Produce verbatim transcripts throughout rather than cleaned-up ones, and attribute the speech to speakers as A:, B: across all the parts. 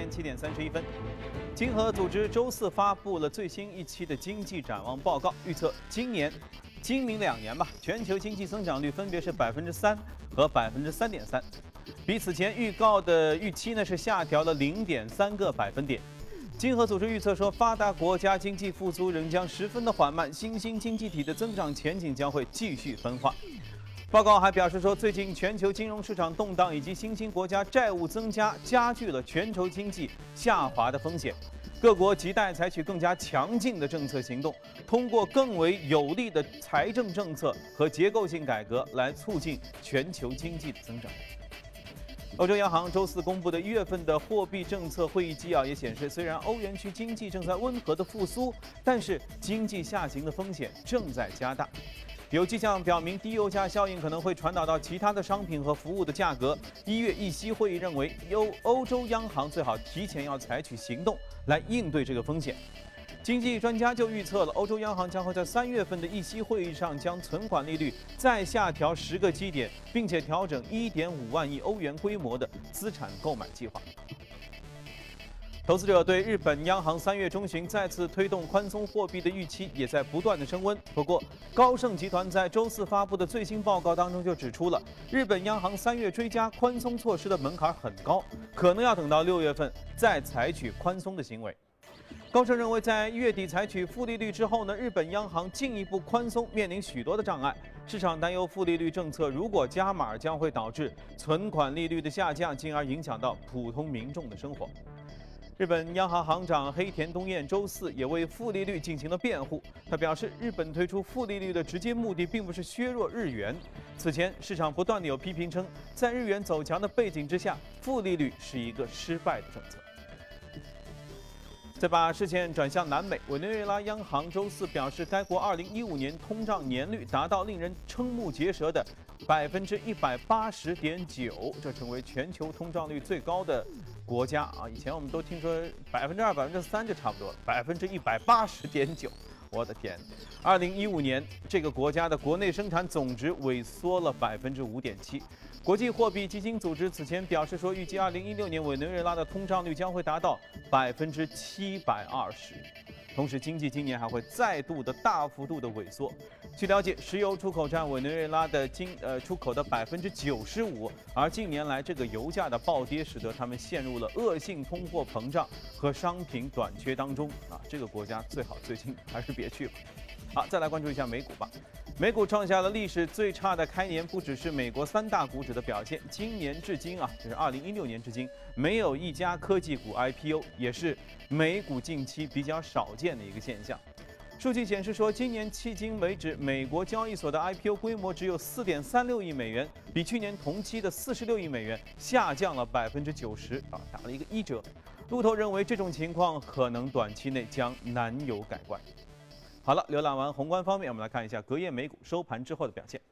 A: 间七点三十一分，经合组织周四发布了最新一期的经济展望报告，预测今年、今明两年吧，全球经济增长率分别是百分之三和百分之三点三，比此前预告的预期呢是下调了零点三个百分点。经合组织预测说，发达国家经济复苏仍将十分的缓慢，新兴经济体的增长前景将会继续分化。报告还表示说，最近全球金融市场动荡以及新兴国家债务增加，加剧了全球经济下滑的风险。各国亟待采取更加强劲的政策行动，通过更为有力的财政政策和结构性改革来促进全球经济的增长。欧洲央行周四公布的一月份的货币政策会议纪要也显示，虽然欧元区经济正在温和的复苏，但是经济下行的风险正在加大。有迹象表明，低油价效应可能会传导到其他的商品和服务的价格。一月议息会议认为，欧欧洲央行最好提前要采取行动来应对这个风险。经济专家就预测了，欧洲央行将会在三月份的议息会议上将存款利率再下调十个基点，并且调整一点五万亿欧元规模的资产购买计划。投资者对日本央行三月中旬再次推动宽松货币的预期也在不断的升温。不过，高盛集团在周四发布的最新报告当中就指出了，日本央行三月追加宽松措施的门槛很高，可能要等到六月份再采取宽松的行为。高盛认为，在月底采取负利率之后呢，日本央行进一步宽松面临许多的障碍。市场担忧负利率政策如果加码，将会导致存款利率的下降，进而影响到普通民众的生活。日本央行行长黑田东彦周四也为负利率进行了辩护。他表示，日本推出负利率的直接目的并不是削弱日元。此前，市场不断的有批评称，在日元走强的背景之下，负利率是一个失败的政策。再把视线转向南美，委内瑞拉央行周四表示，该国二零一五年通胀年率达到令人瞠目结舌的百分之一百八十点九，这成为全球通胀率最高的国家啊！以前我们都听说百分之二、百分之三就差不多了，百分之一百八十点九，我的天！二零一五年，这个国家的国内生产总值萎缩了百分之五点七。国际货币基金组织此前表示说，预计二零一六年委内瑞拉的通胀率将会达到百分之七百二十。同时，经济今年还会再度的大幅度的萎缩。据了解，石油出口占委内瑞拉的经呃出口的百分之九十五，而近年来这个油价的暴跌，使得他们陷入了恶性通货膨胀和商品短缺当中啊。这个国家最好最近还是别去吧。好，再来关注一下美股吧。美股创下了历史最差的开年，不只是美国三大股指的表现，今年至今啊，就是二零一六年至今，没有一家科技股 I P O， 也是美股近期比较少见的一个现象。数据显示说，今年迄今为止，美国交易所的 I P O 规模只有四点三六亿美元，比去年同期的四十六亿美元下降了百分之九十啊，打了一个一折。路透认为，这种情况可能短期内将难有改观。好了，浏览完宏观方面，我们来看一下隔夜美股收盘之后的表现。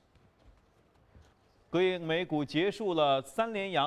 A: 隔夜美股结束了三连阳。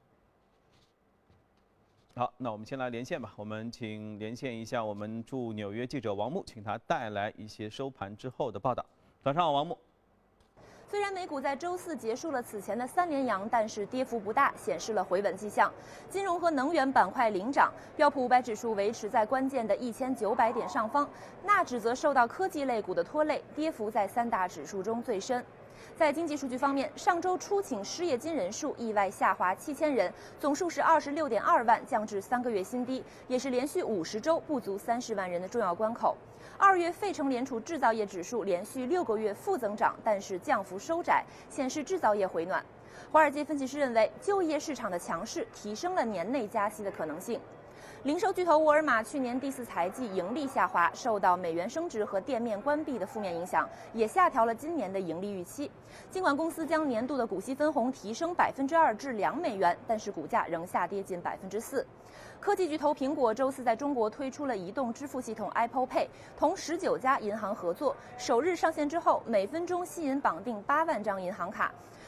A: 好，那我们先来连线吧。我们请连线一下我们驻纽约记者王木，请他带来一些收盘之后的报道。早上好，王木。
B: 虽然美股在周四结束了此前的三连阳，但是跌幅不大，显示了回稳迹象。金融和能源板块领涨，标普五百指数维持在关键的一千九百点上方，纳指则受到科技类股的拖累，跌幅在三大指数中最深。在经济数据方面，上周初请失业金人数意外下滑七千人，总数是二十六点二万，降至三个月新低，也是连续五十周不足三十万人的重要关口。二月费城联储制造业指数连续六个月负增长，但是降幅收窄，显示制造业回暖。华尔街分析师认为，就业市场的强势提升了年内加息的可能性。零售巨头沃尔玛去年第四财季盈利下滑，受到美元升值和店面关闭的负面影响，也下调了今年的盈利预期。尽管公司将年度的股息分红提升百分之二至两美元，但是股价仍下跌近百分之四。科技巨头苹果周四在中国推出了移动支付系统 Apple Pay， 同十九家银行合作，首日上线之后，每分钟吸引绑定八万张银行卡。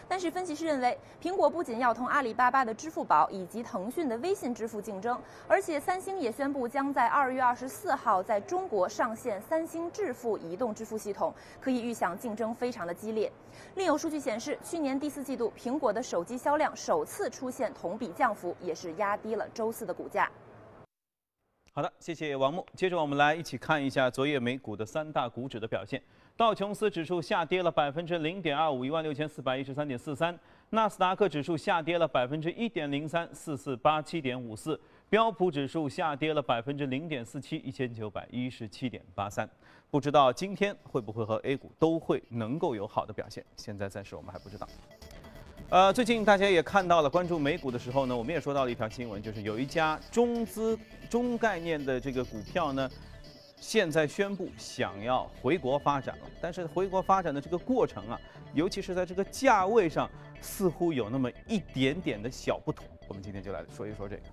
B: 但是分析师认为，苹果不仅要同阿里巴巴的支付宝以及腾讯的微信支付竞争，而且三星也宣布将在二月二十四号在中国上线三星支付移动支付系统，可以预想竞争非常的激烈。另有数据显示，去年第四季度苹果的手机销量首次出现同比降幅，也是压低了周四的股价。
A: 好的，谢谢王木。接着我们来一起看一下昨夜美股的三大股指的表现。道琼斯指数下跌了百分之零点二五，一万六千四百一十三点四三；纳斯达克指数下跌了百分之一点零三，四四八七点五四；标普指数下跌了百分之零点四七，一千九百一十七点八三。不知道今天会不会和 A 股都会能够有好的表现？现在暂时我们还不知道。呃，最近大家也看到了，关注美股的时候呢，我们也说到了一条新闻，就是有一家中资中概念的这个股票呢，现在宣布想要回国发展了。但是回国发展的这个过程啊，尤其是在这个价位上，似乎有那么一点点的小不同。我们今天就来说一说这个。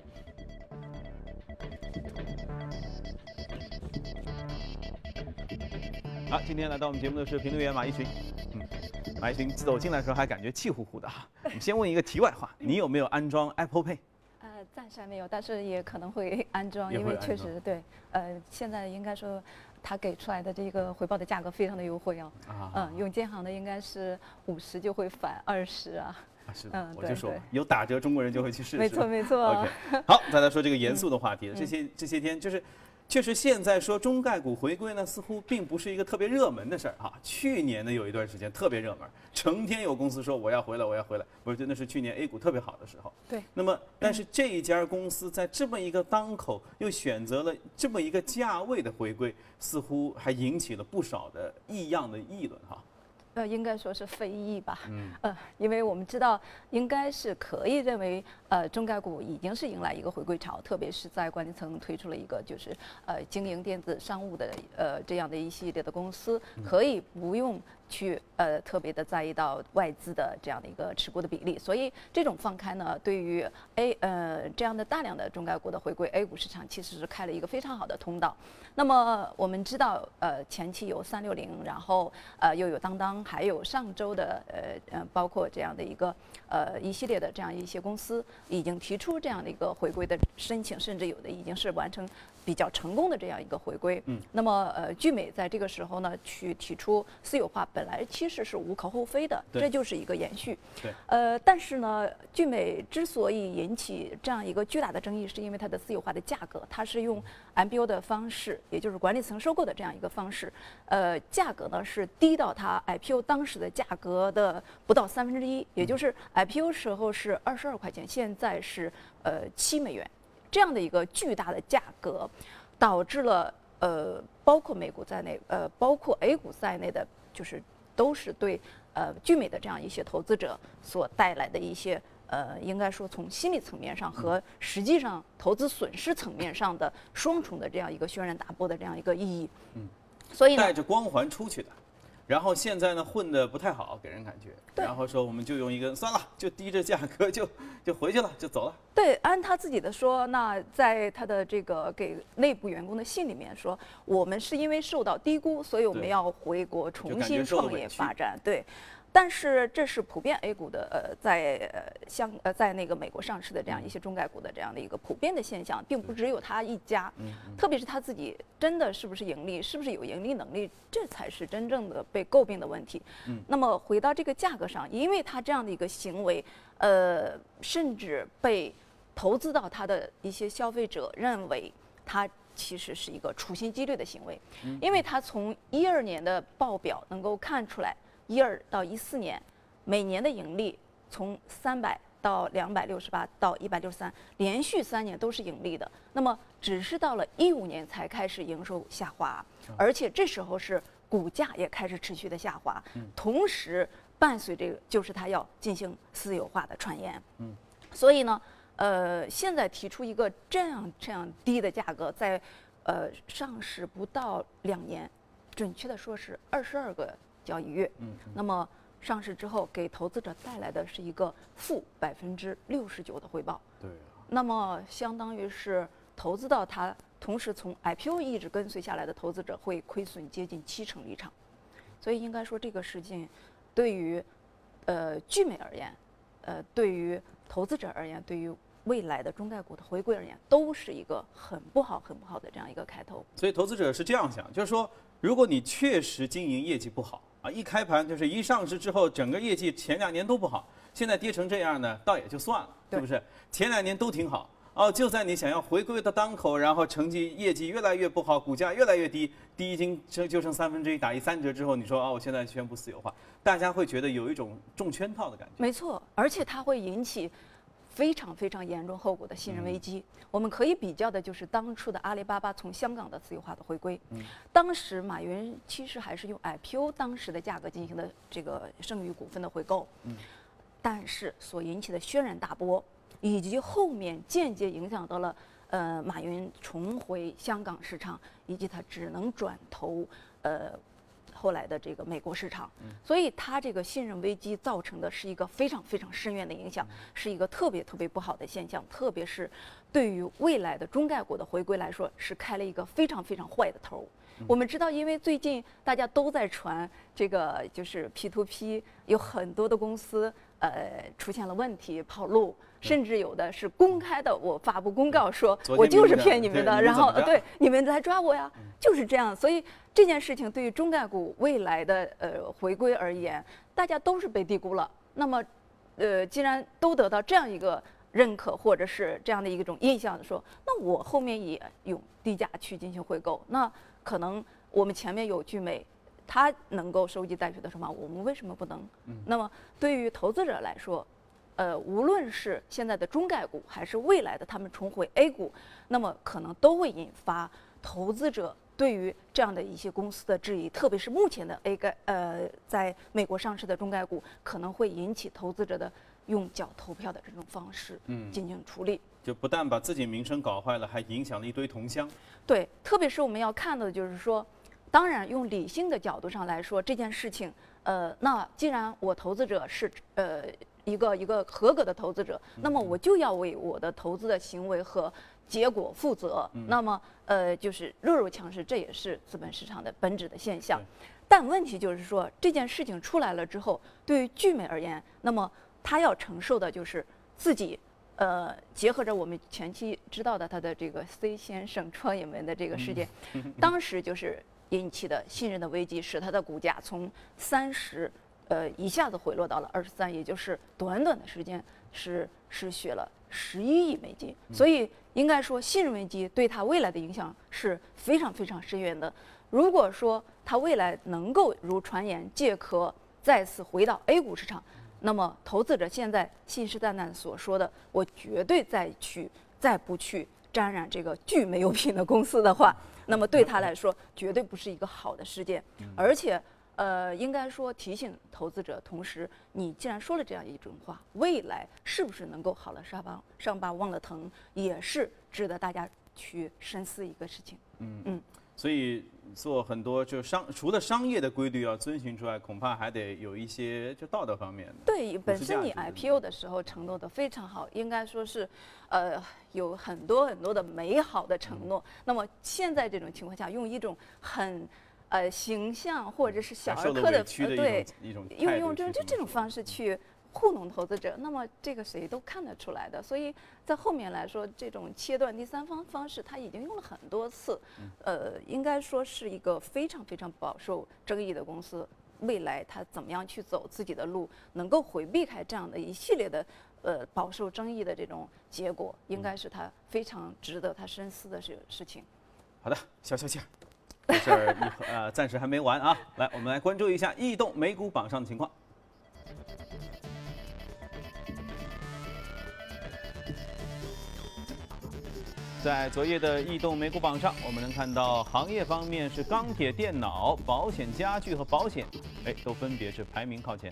A: 好，今天来到我们节目的是评论员马一群。嗯，马一群走进来的时候还感觉气呼呼的哈。我们先问一个题外话，你有没有安装 Apple Pay？
C: 呃，暂时还没有，但是也可能会安装，因为确实对，呃，现在应该说，它给出来的这个回报的价格非常的优惠啊。啊。嗯，用建行的应该是五十就会返二十啊。
A: 啊，是的，嗯，我就说有打折，中国人就会去试试。
C: 没错，没错。
A: OK， 好，再来说这个严肃的话题了。这些这些天就是。确实，现在说中概股回归呢，似乎并不是一个特别热门的事儿啊。去年呢，有一段时间特别热门，成天有公司说我要回来，我要回来，不是，真的是去年 A 股特别好的时候。
C: 对。
A: 那么，但是这一家公司在这么一个当口，又选择了这么一个价位的回归，似乎还引起了不少的异样的议论哈。
C: 呃，应该说是非议吧。嗯。呃，因为我们知道，应该是可以认为，呃，中概股已经是迎来一个回归潮，特别是在管理层推出了一个就是呃经营电子商务的呃这样的一系列的公司，可以不用去呃特别的在意到外资的这样的一个持股的比例，所以这种放开呢，对于 A 呃这样的大量的中概股的回归 A 股市场，其实是开了一个非常好的通道。那么我们知道，呃，前期有三六零，然后呃又有当当。还有上周的呃呃，包括这样的一个呃一系列的这样一些公司已经提出这样的一个回归的申请，甚至有的已经是完成比较成功的这样一个回归。嗯。那么呃，聚美在这个时候呢，去提出私有化，本来其实是无可厚非的，这就是一个延续。
A: 对。
C: 呃，但是呢，聚美之所以引起这样一个巨大的争议，是因为它的私有化的价格，它是用 M B O 的方式，也就是管理层收购的这样一个方式，呃，价格呢是低到它 I P O。当时的价格的不到三分之一，也就是 I P O 时候是二十二块钱，现在是呃七美元，这样的一个巨大的价格，导致了呃包括美股在内，呃包括 A 股在内的，就是都是对呃聚美的这样一些投资者所带来的一些呃应该说从心理层面上和实际上投资损失层面上的双重的这样一个轩然大波的这样一个意义。嗯，所以
A: 带着光环出去的。然后现在呢，混得不太好，给人感觉。然后说我们就用一个算了，就低着价格就就回去了，就走了。
C: 对，按他自己的说，那在他的这个给内部员工的信里面说，我们是因为受到低估，所以我们要回国重新创业发展。对。但是这是普遍 A 股的呃，在呃香呃在那个美国上市的这样一些中概股的这样的一个普遍的现象，并不只有他一家，特别是他自己真的是不是盈利，是不是有盈利能力，这才是真正的被诟病的问题。那么回到这个价格上，因为他这样的一个行为，呃，甚至被投资到他的一些消费者认为他其实是一个处心积虑的行为，因为他从一二年的报表能够看出来。一二到一四年，每年的盈利从三百到两百六十八到一百六十三，连续三年都是盈利的。那么只是到了一五年才开始营收下滑，而且这时候是股价也开始持续的下滑，同时伴随这个就是它要进行私有化的传言。嗯，所以呢，呃，现在提出一个这样这样低的价格，在呃上市不到两年，准确的说是二十二个。交易月，嗯，那么上市之后给投资者带来的是一个负百分之六十九的回报，
A: 对、啊，
C: 那么相当于是投资到它，同时从 I P O 一直跟随下来的投资者会亏损接近七成离场，所以应该说这个事情对于呃聚美而言，呃对于投资者而言，对于未来的中概股的回归而言，都是一个很不好、很不好的这样一个开头。
A: 所以投资者是这样想，就是说，如果你确实经营业绩不好啊，一开盘就是一上市之后，整个业绩前两年都不好，现在跌成这样呢，倒也就算了，是不是？前两年都挺好。哦，就在你想要回归的当口，然后成绩业绩越来越不好，股价越来越低，第一金就就剩三分之一，打一三折之后，你说啊、哦，我现在宣布私有化，大家会觉得有一种中圈套的感觉。
C: 没错，而且它会引起非常非常严重后果的信任危机。嗯、我们可以比较的就是当初的阿里巴巴从香港的私有化的回归，嗯、当时马云其实还是用 I P O 当时的价格进行的这个剩余股份的回购，嗯、但是所引起的轩然大波。以及后面间接影响到了，呃，马云重回香港市场，以及他只能转投，呃，后来的这个美国市场。所以他这个信任危机造成的是一个非常非常深远的影响，是一个特别特别不好的现象，特别是对于未来的中概股的回归来说，是开了一个非常非常坏的头。我们知道，因为最近大家都在传这个就是 P to P， 有很多的公司呃出现了问题跑路，甚至有的是公开的，我发布公告说我就是骗你们的，然后对你们来抓我呀，就是这样。所以这件事情对于中概股未来的呃回归而言，大家都是被低估了。那么，呃，既然都得到这样一个认可，或者是这样的一种印象的说，那我后面也用低价去进行回购，那可能我们前面有聚美，它能够收集带血的筹码，我们为什么不能？嗯、那么对于投资者来说，呃，无论是现在的中概股，还是未来的他们重回 A 股，那么可能都会引发投资者对于这样的一些公司的质疑，特别是目前的 A 概呃在美国上市的中概股，可能会引起投资者的用脚投票的这种方式进行处理。嗯
A: 就不但把自己名声搞坏了，还影响了一堆同乡。
C: 对，特别是我们要看到的就是说，当然用理性的角度上来说，这件事情，呃，那既然我投资者是呃一个一个合格的投资者，那么我就要为我的投资的行为和结果负责。嗯、那么呃，就是弱肉强食，这也是资本市场的本质的现象。但问题就是说，这件事情出来了之后，对于聚美而言，那么他要承受的就是自己。呃，结合着我们前期知道的他的这个 C 先生创业门的这个事件，当时就是引起的信任的危机，使他的股价从三十呃一下子回落到了二十三，也就是短短的时间是失血了十一亿美金。所以应该说，信任危机对他未来的影响是非常非常深远的。如果说他未来能够如传言借壳再次回到 A 股市场，那么，投资者现在信誓旦旦所说的，我绝对再去再不去沾染这个巨没有品的公司的话，那么对他来说绝对不是一个好的事件。而且，呃，应该说提醒投资者，同时，你既然说了这样一种话，未来是不是能够好了伤疤伤疤忘了疼，也是值得大家去深思一个事情。嗯嗯。
A: 所以做很多就商除了商业的规律要遵循之外，恐怕还得有一些就道德方面的。
C: 对，本身你 I P O 的时候承诺的非常好，应该说是，呃，有很多很多的美好的承诺。嗯、那么现在这种情况下，用一种很呃形象或者是小儿科的
A: 呃
C: 对，
A: 一种
C: 用用这种就这种方式去糊弄投资者，那么这个谁都看得出来的。所以在后面来说，这种切断第三方方式，他已经用了很多次，呃，应该说是一个非常非常饱受争议的公司。未来他怎么样去走自己的路，能够回避开这样的一系列的呃饱受争议的这种结果，应该是他非常值得他深思的事事情。
A: 好的，消消气儿，这事儿呃暂时还没完啊。来，我们来关注一下异动美股榜上的情况。在昨夜的异动美股榜上，我们能看到行业方面是钢铁、电脑、保险、家具和保险，哎，都分别是排名靠前。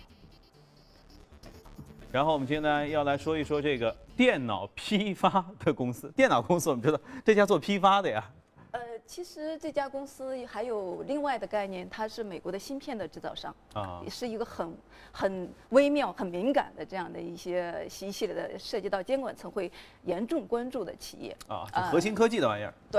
A: 然后我们今天呢要来说一说这个电脑批发的公司。电脑公司我们知道这家做批发的呀。
C: 呃，其实这家公司还有另外的概念，它是美国的芯片的制造商啊，也是一个很很微妙、很敏感的这样的一些一系列的涉及到监管层会严重关注的企业
A: 啊，就核心科技的玩意儿。
C: 呃、对，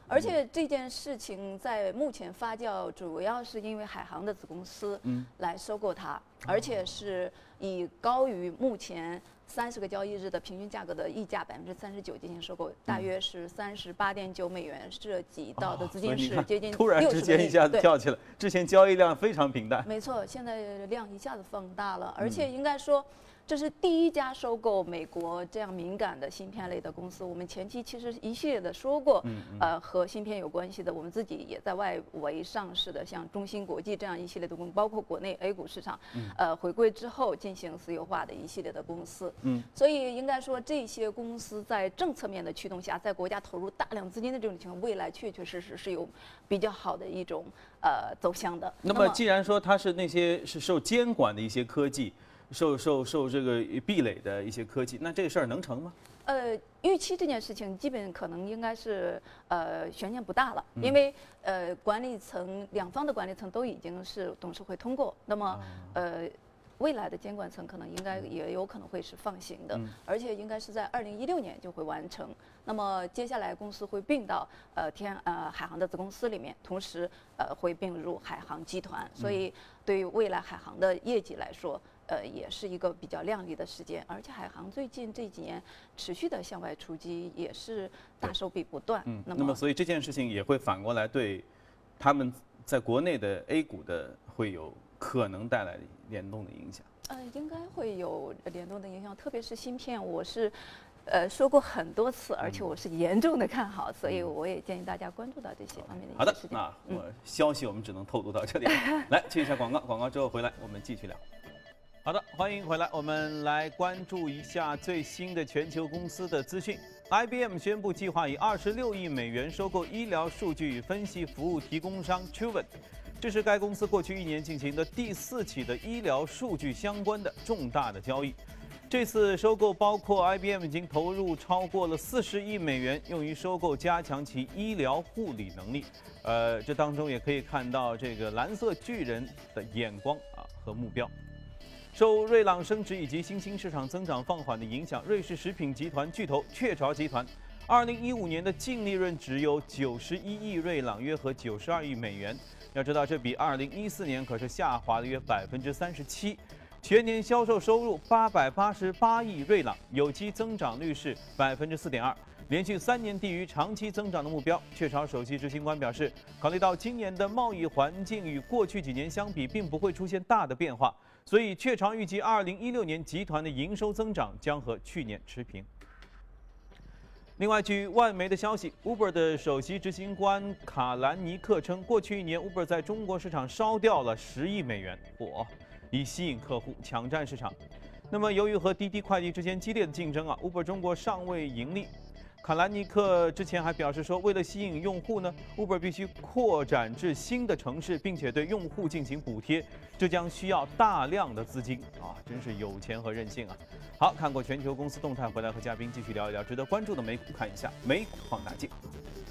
C: 而且这件事情在目前发酵，主要是因为海航的子公司来收购它，而且是以高于目前三十个交易日的平均价格的溢价百分之三十九进行收购，大约是三十八点九美元，涉及到的资金是接近
A: 突然之间一下子跳起来，之前交易量非常平淡。
C: 没错，现在量一下子放大了，而且应该说。这是第一家收购美国这样敏感的芯片类的公司。我们前期其实一系列的说过，呃，和芯片有关系的，我们自己也在外围上市的，像中芯国际这样一系列的公司，包括国内 A 股市场，呃，回归之后进行私有化的一系列的公司。嗯，所以应该说这些公司在政策面的驱动下，在国家投入大量资金的这种情况，未来确确实实是有比较好的一种呃走向的。
A: 那么既然说它是那些是受监管的一些科技。受受受这个壁垒的一些科技，那这个事儿能成吗？
C: 呃，预期这件事情基本可能应该是呃悬念不大了，因为呃管理层两方的管理层都已经是董事会通过，那么呃未来的监管层可能应该也有可能会是放行的，而且应该是在二零一六年就会完成。那么接下来公司会并到呃天呃海航的子公司里面，同时呃会并入海航集团，所以对于未来海航的业绩来说。呃，也是一个比较亮丽的时间，而且海航最近这几年持续的向外出击，也是大手笔不断。
A: 嗯，那么，那么所以这件事情也会反过来对他们在国内的 A 股的会有可能带来联动的影响。
C: 呃，应该会有联动的影响，特别是芯片，我是呃说过很多次，而且我是严重的看好，所以我也建议大家关注到这些方面的一些事情。
A: 好的，那我消息我们只能透露到这里。来，接一下广告，广告之后回来我们继续聊。好的，欢迎回来。我们来关注一下最新的全球公司的资讯。I B M 宣布计划以二十六亿美元收购医疗数据分析服务提供商 Truven， 这是该公司过去一年进行的第四起的医疗数据相关的重大的交易。这次收购包括 I B M 已经投入超过了四十亿美元，用于收购加强其医疗护理能力。呃，这当中也可以看到这个蓝色巨人的眼光啊和目标。受瑞朗升值以及新兴市场增长放缓的影响，瑞士食品集团巨头雀巢集团，二零一五年的净利润只有九十一亿瑞朗，约合九十二亿美元。要知道，这比二零一四年可是下滑了约百分之三十七。全年销售收入八百八十八亿瑞郎，有机增长率是百分之四点二，连续三年低于长期增长的目标。雀巢首席执行官表示，考虑到今年的贸易环境与过去几年相比，并不会出现大的变化。所以，雀巢预计二零一六年集团的营收增长将和去年持平。另外，据外媒的消息 ，Uber 的首席执行官卡兰尼克称，过去一年 Uber 在中国市场烧掉了十亿美元，火，以吸引客户，抢占市场。那么，由于和滴滴快递之间激烈的竞争啊 ，Uber 中国尚未盈利。卡兰尼克之前还表示说，为了吸引用户呢 ，Uber 必须扩展至新的城市，并且对用户进行补贴，这将需要大量的资金啊！真是有钱和任性啊！好，看过全球公司动态，回来和嘉宾继续聊一聊值得关注的美股，看一下美股放大镜。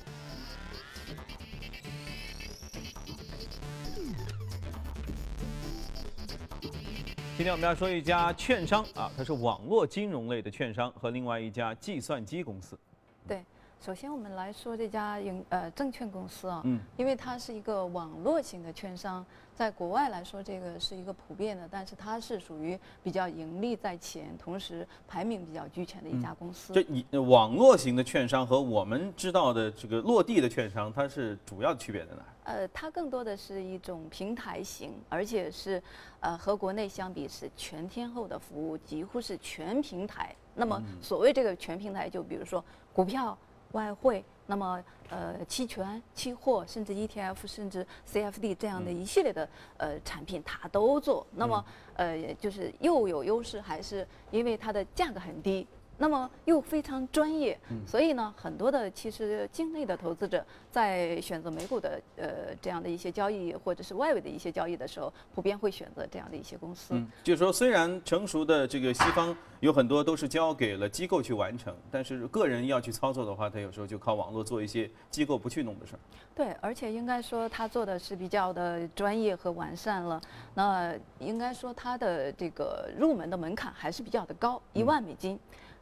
A: 今天我们要说一家券商啊，它是网络金融类的券商，和另外一家计算机公司。
C: 对，首先我们来说这家营呃证券公司啊，嗯，因为它是一个网络型的券商，在国外来说这个是一个普遍的，但是它是属于比较盈利在前，同时排名比较居前的一家公司。
A: 这以网络型的券商和我们知道的这个落地的券商，它是主要的区别在哪？
C: 呃，它更多的是一种平台型，而且是呃和国内相比是全天候的服务，几乎是全平台。那么所谓这个全平台，就比如说股票、外汇，那么呃期权、期货，甚至 E T F， 甚至 C F D 这样的一系列的呃产品，它都做。那么呃就是又有优势，还是因为它的价格很低。那么又非常专业，所以呢，很多的其实境内的投资者在选择美股的呃这样的一些交易，或者是外围的一些交易的时候，普遍会选择这样的一些公司。
A: 嗯，就是说，虽然成熟的这个西方有很多都是交给了机构去完成，但是个人要去操作的话，他有时候就靠网络做一些机构不去弄的事儿。
C: 对，而且应该说他做的是比较的专业和完善了。那应该说他的这个入门的门槛还是比较的高，一万美金。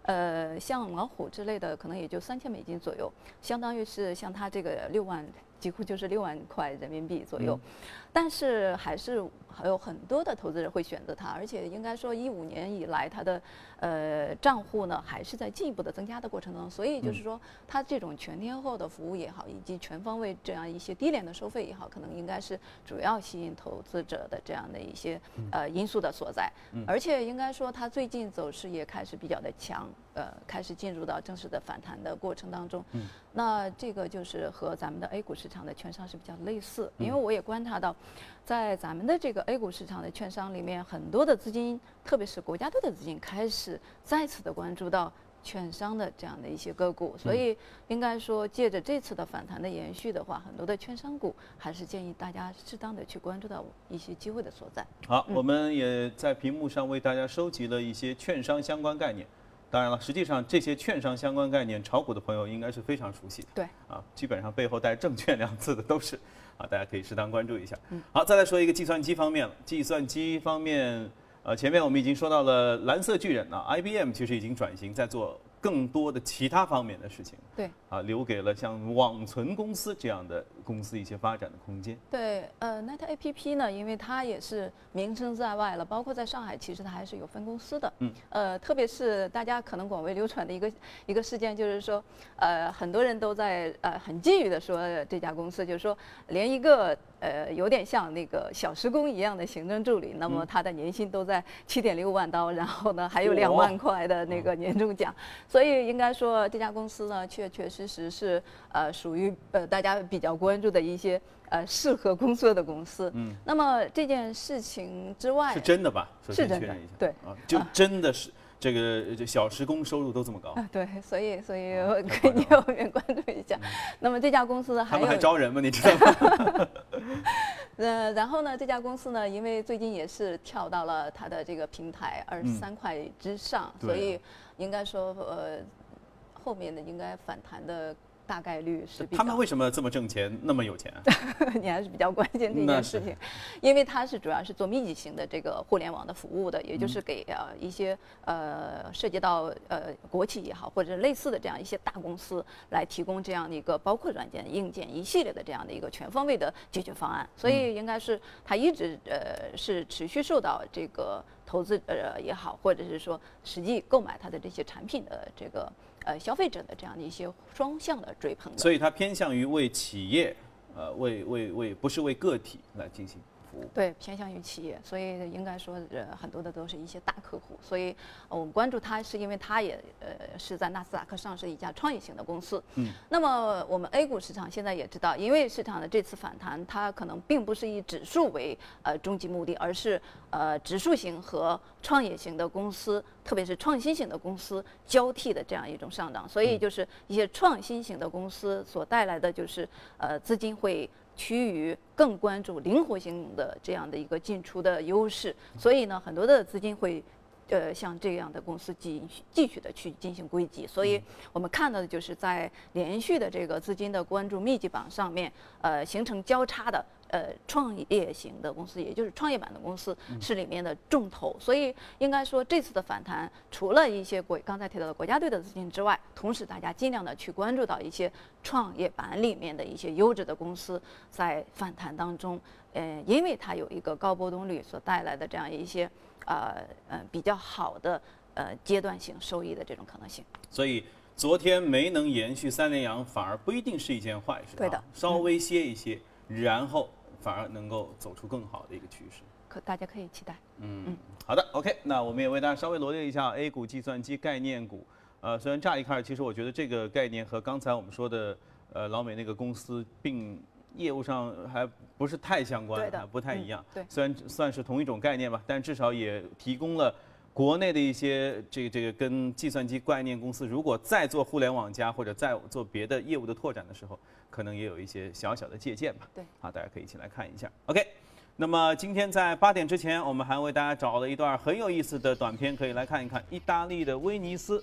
C: 呃，像老虎之类的，可能也就三千美金左右，相当于是像它这个六万，几乎就是六万块人民币左右。嗯、但是还是还有很多的投资人会选择它，而且应该说一五年以来，它的呃账户呢还是在进一步的增加的过程中，所以就是说，它这种全天候的服务也好，以及全方位这样一些低廉的收费也好，可能应该是主要吸引投资者的这样的一些呃因素的所在。嗯、而且应该说，它最近走势也开始比较的强。呃，开始进入到正式的反弹的过程当中，嗯，那这个就是和咱们的 A 股市场的券商是比较类似，因为我也观察到，在咱们的这个 A 股市场的券商里面，很多的资金，特别是国家队的资金，开始再次的关注到券商的这样的一些个股，所以应该说，借着这次的反弹的延续的话，很多的券商股还是建议大家适当的去关注到一些机会的所在。
A: 好，嗯、我们也在屏幕上为大家收集了一些券商相关概念。当然了，实际上这些券商相关概念，炒股的朋友应该是非常熟悉的。
C: 对，
A: 啊，基本上背后带证券两字的都是，啊，大家可以适当关注一下。嗯，好，再来说一个计算机方面了。计算机方面，呃，前面我们已经说到了蓝色巨人啊 ，I B M 其实已经转型在做更多的其他方面的事情。
C: 对，
A: 啊，留给了像网存公司这样的公司一些发展的空间。
C: 对，呃 ，Net A P P 呢，因为它也是名声在外了，包括在上海，其实它还是有分公司的。嗯。呃，特别是大家可能广为流传的一个一个事件，就是说，呃，很多人都在呃很觊觎的说这家公司，就是说连一个呃有点像那个小时工一样的行政助理，那么他的年薪都在七点六万刀，然后呢还有两万块的那个年终奖，所以应该说这家公司呢，确确实实是呃属于呃大家比较关注的一些呃适合工作的公司。嗯，那么这件事情之外，
A: 是真的吧？
C: 是真的，对
A: 啊，就真的是这个这小时工收入都这么高
C: 啊？对，所以所以可以你后面关注一下。那么这家公司还有
A: 他们还招人吗？你知道吗？
C: 呃，然后呢，这家公司呢，因为最近也是跳到了它的这个平台二十三块之上，嗯、所以应该说呃。后面的应该反弹的大概率是比较。
A: 他们为什么这么挣钱，那么有钱、啊？
C: 你还是比较关心这件事情，因为它是主要是做密集型的这个互联网的服务的，也就是给呃一些呃涉及到呃国企也好或者类似的这样一些大公司来提供这样的一个包括软件、硬件一系列的这样的一个全方位的解决方案，所以应该是它一直呃是持续受到这个投资呃也好，或者是说实际购买它的这些产品的这个。呃，消费者的这样的一些双向的追捧的，
A: 所以它偏向于为企业，呃，为为为不是为个体来进行服务。
C: 对，偏向于企业，所以应该说，呃，很多的都是一些大客户。所以，呃、我们关注它，是因为它也呃是在纳斯达克上市一家创业型的公司。嗯。那么我们 A 股市场现在也知道，因为市场的这次反弹，它可能并不是以指数为呃终极目的，而是呃指数型和创业型的公司。特别是创新型的公司交替的这样一种上涨，所以就是一些创新型的公司所带来的就是呃资金会趋于更关注灵活性的这样的一个进出的优势，所以呢，很多的资金会。呃，像这样的公司继继续的去进行归集，所以我们看到的就是在连续的这个资金的关注密集榜上面，呃，形成交叉的呃创业型的公司，也就是创业板的公司是里面的重头，所以应该说这次的反弹，除了一些国刚才提到的国家队的资金之外，同时大家尽量的去关注到一些创业板里面的一些优质的公司在反弹当中，呃，因为它有一个高波动率所带来的这样一些。呃呃，比较好的呃阶段性收益的这种可能性。
A: 所以昨天没能延续三连阳，反而不一定是一件坏事。
C: 对的，
A: 稍微歇一歇，嗯、然后反而能够走出更好的一个趋势。
C: 可大家可以期待。
A: 嗯嗯，好的 ，OK， 那我们也为大家稍微罗列一下 A 股计算机概念股。呃，虽然乍一看，其实我觉得这个概念和刚才我们说的呃老美那个公司并。业务上还不是太相关，还不太一样。
C: 嗯、对，
A: 虽然算是同一种概念吧，但至少也提供了国内的一些这个这个跟计算机概念公司，如果再做互联网加或者再做别的业务的拓展的时候，可能也有一些小小的借鉴吧。
C: 对，
A: 好，大家可以一起来看一下。OK， 那么今天在八点之前，我们还为大家找了一段很有意思的短片，可以来看一看。意大利的威尼斯。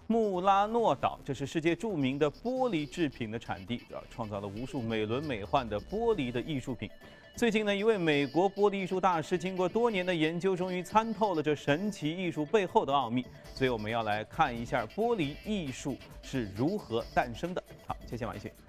A: 穆拉诺岛，这是世界著名的玻璃制品的产地，啊，创造了无数美轮美奂的玻璃的艺术品。最近呢，一位美国玻璃艺术大师经过多年的研究，终于参透了这神奇艺术背后的奥秘。所以我们要来看一下玻璃艺术是如何诞生的。好，谢谢马一迅。